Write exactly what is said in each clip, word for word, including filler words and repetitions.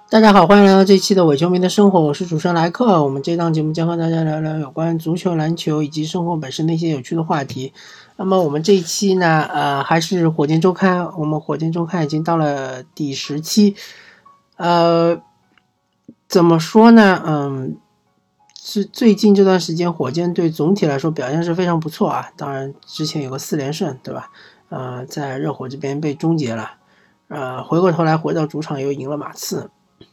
大家好，欢迎来到这一期的伪球迷的生活，我是主持人莱克。我们这档节目将和大家聊聊有关足球、篮球以及生活本身的一些有趣的话题。那么我们这一期呢，呃，还是火箭周刊。我们火箭周刊已经到了第十期。呃，怎么说呢？嗯，是最近这段时间，火箭队总体来说表现是非常不错啊。当然，之前有个四连胜，对吧？呃，在热火这边被终结了。呃，回过头来回到主场又赢了马刺。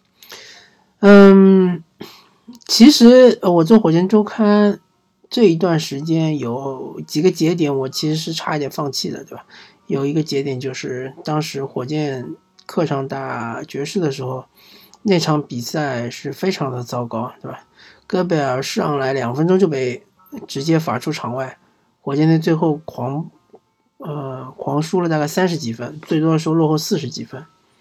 嗯，其实我做火箭周刊这一段时间有几个节点，我其实是差一点放弃的，对吧？有一个节点就是当时火箭客场打爵士的时候，那场比赛是非常的糟糕，对吧？戈贝尔上来两分钟就被直接罚出场外，火箭队最后狂呃狂输了大概三十几分，最多的时候落后四十几分。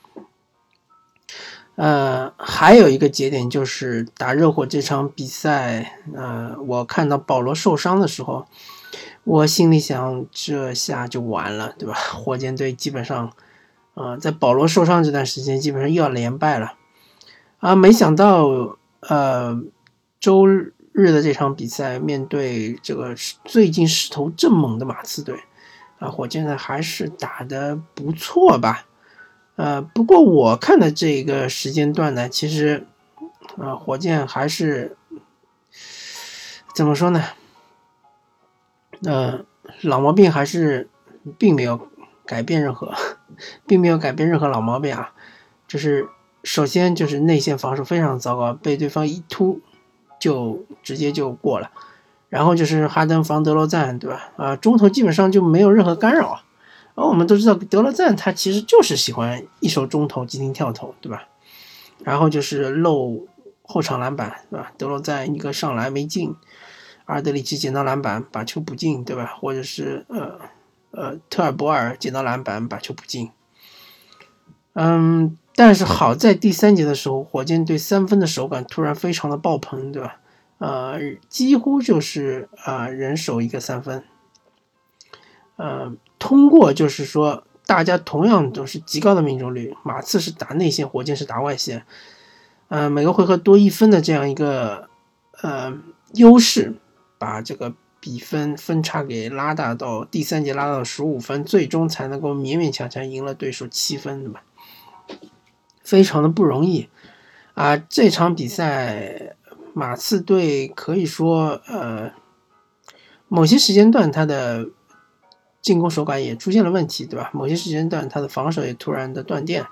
呃，还有一个节点就是打热火这场比赛，呃，我看到保罗受伤的时候，我心里想，这下就完了，对吧？火箭队基本上，呃，在保罗受伤这段时间，基本上又要连败了。啊，没想到，呃，周日的这场比赛，面对这个最近势头正猛的马刺队，啊，火箭队还是打得不错吧。呃，不过我看的这个时间段呢，其实，啊、呃，火箭还是怎么说呢？呃，老毛病还是并没有改变任何，并没有改变任何老毛病啊。就是首先就是内线防守非常糟糕，被对方一突就直接就过了。然后就是哈登防德罗赞，对吧？啊、呃，中途基本上就没有任何干扰啊。而我们都知道德罗赞他其实就是喜欢一手中投急停跳投，对吧？然后就是漏后场篮板，对吧？德罗赞一个上来没进，阿尔德里奇捡到篮板把球补进，对吧？或者是呃呃特尔博尔捡到篮板把球补进。嗯，但是好在第三节的时候，火箭队三分的手感突然非常的爆棚，对吧？呃，几乎就是啊、呃、人手一个三分。呃，通过就是说，大家同样都是极高的命中率，马刺是打内线，火箭是打外线，呃，每个回合多一分的这样一个呃优势，把这个比分分差给拉大到第三节拉到十五分，最终才能够勉勉强强赢了对手七分，对吧？非常的不容易啊！这场比赛，马刺队可以说，呃，某些时间段他的进攻手感也出现了问题，对吧？某些时间段他的防守也突然的断电。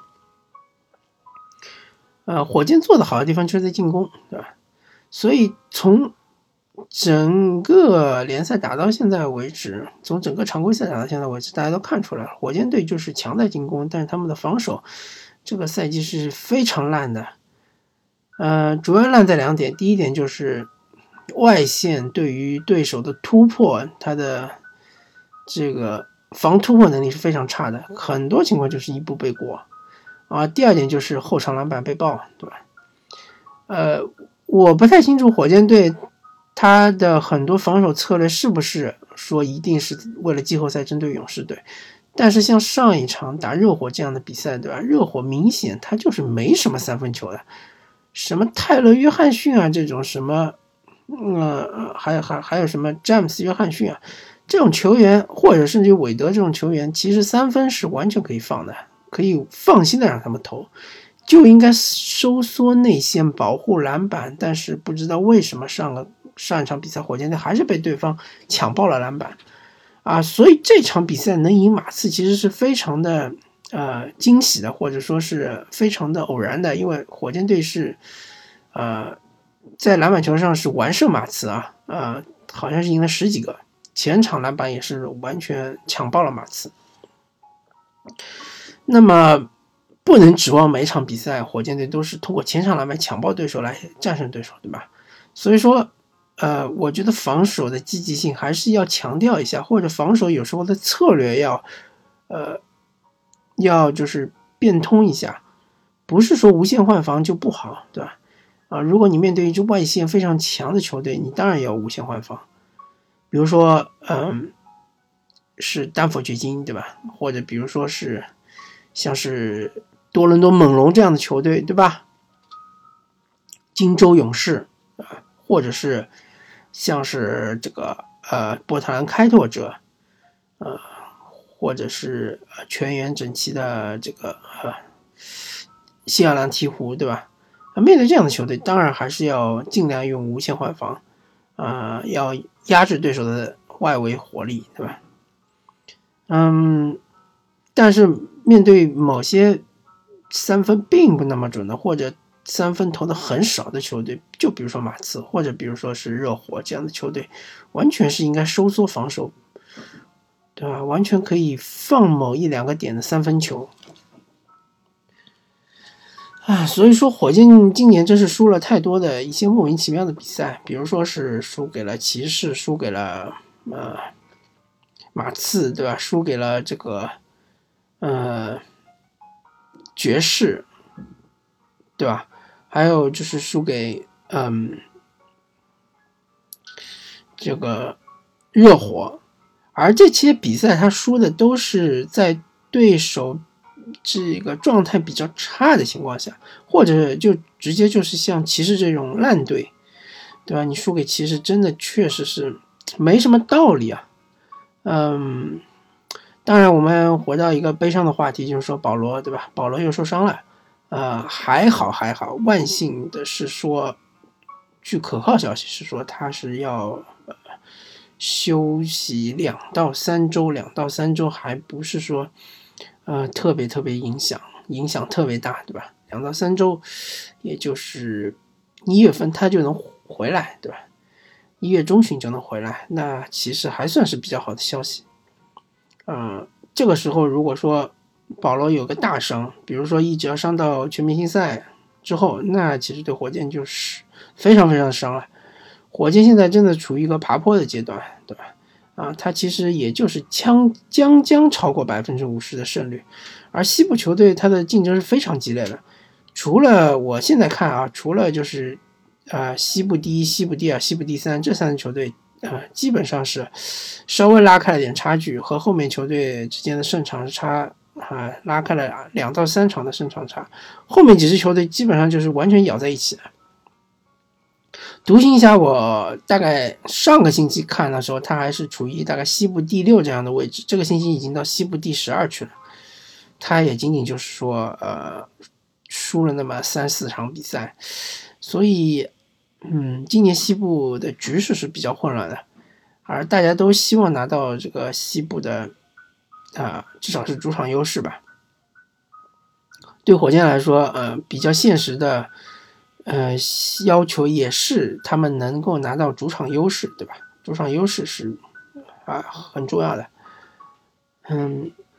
呃，火箭做的好的地方就是在进攻，对吧？所以从整个联赛打到现在为止，从整个常规赛打到现在为止，大家都看出来了，火箭队就是强在进攻，但是他们的防守这个赛季是非常烂的。呃，主要烂在两点，第一点就是外线对于对手的突破，他的这个防突破能力是非常差的，很多情况就是一步背锅啊。第二点就是后场篮板被爆，对吧？呃，我不太清楚火箭队他的很多防守策略是不是说一定是为了季后赛针对勇士队，但是像上一场打热火这样的比赛，对吧？热火明显他就是没什么三分球的，什么泰勒·约翰逊啊，这种什么，呃，还有还还有什么詹姆斯·约翰逊啊，这种球员，或者甚至韦德这种球员，其实三分是完全可以放的，可以放心的让他们投，就应该收缩内线保护篮板，但是不知道为什么上个上一场比赛火箭队还是被对方抢爆了篮板啊，所以这场比赛能赢马刺其实是非常的呃惊喜的，或者说是非常的偶然的，因为火箭队是呃在篮板球上是完胜马刺啊，呃好像是赢了十几个，前场篮板也是完全抢爆了马刺。那么不能指望每场比赛火箭队都是通过前场篮板抢爆对手来战胜对手，对吧？所以说呃，我觉得防守的积极性还是要强调一下，或者防守有时候的策略要呃要就是变通一下，不是说无限换防就不好，对吧？啊，如果你面对一支外线非常强的球队，你当然要无限换防。比如说，嗯，是丹佛掘金，对吧？或者比如说是像是多伦多猛龙这样的球队，对吧？ 金州勇士啊，或者是像是这个呃波特兰开拓者，呃，或者是呃全员整齐的这个呃西奥兰鹈鹕，对吧？面对这样的球队，当然还是要尽量用无限换防，啊、呃，要压制对手的外围火力，对吧？嗯，但是面对某些三分并不那么准的，或者三分投的很少的球队，就比如说马刺，或者比如说是热火这样的球队，完全是应该收缩防守，对吧？完全可以放某一两个点的三分球。啊，所以说火箭今年真是输了太多的一些莫名其妙的比赛，比如说是输给了骑士，输给了呃马刺，对吧？输给了这个呃爵士，对吧？还有就是输给嗯这个热火，而这些比赛他输的都是在对手这个状态比较差的情况下，或者就直接就是像骑士这种烂队，对吧？你输给骑士真的确实是没什么道理啊。嗯，当然我们回到一个悲伤的话题，就是说保罗，对吧？保罗又受伤了，呃，还好还好，万幸的是说，据可靠消息是说他是要、呃、休息两到三周，两到三周还不是说呃特别特别影响，影响特别大，对吧？两到三周，也就是一月份他就能回来，对吧？一月中旬就能回来，那其实还算是比较好的消息。嗯，这个时候如果说保罗有个大伤，比如说一直要伤到全明星赛之后，那其实对火箭就是非常非常的伤了。火箭现在真的处于一个爬坡的阶段，对吧？啊，它其实也就是将将将超过百分之五十的胜率，而西部球队它的竞争是非常激烈的。除了我现在看啊，除了就是呃西部第一、西部第二、西部第三这三个球队。呃，基本上是稍微拉开了点差距，和后面球队之间的胜场差啊，拉开了两到三场的胜场差。后面几支球队基本上就是完全咬在一起的。独行侠，我大概上个星期看的时候，他还是处于大概西部第六这样的位置，这个星期已经到西部第十二去了。他也仅仅就是说，呃，输了那么三四场比赛，所以。嗯，今年西部的局势是比较混乱的，而大家都希望拿到这个西部的啊、呃，至少是主场优势吧。对火箭来说，呃，比较现实的呃要求也是他们能够拿到主场优势，对吧？主场优势是啊很重要的。嗯，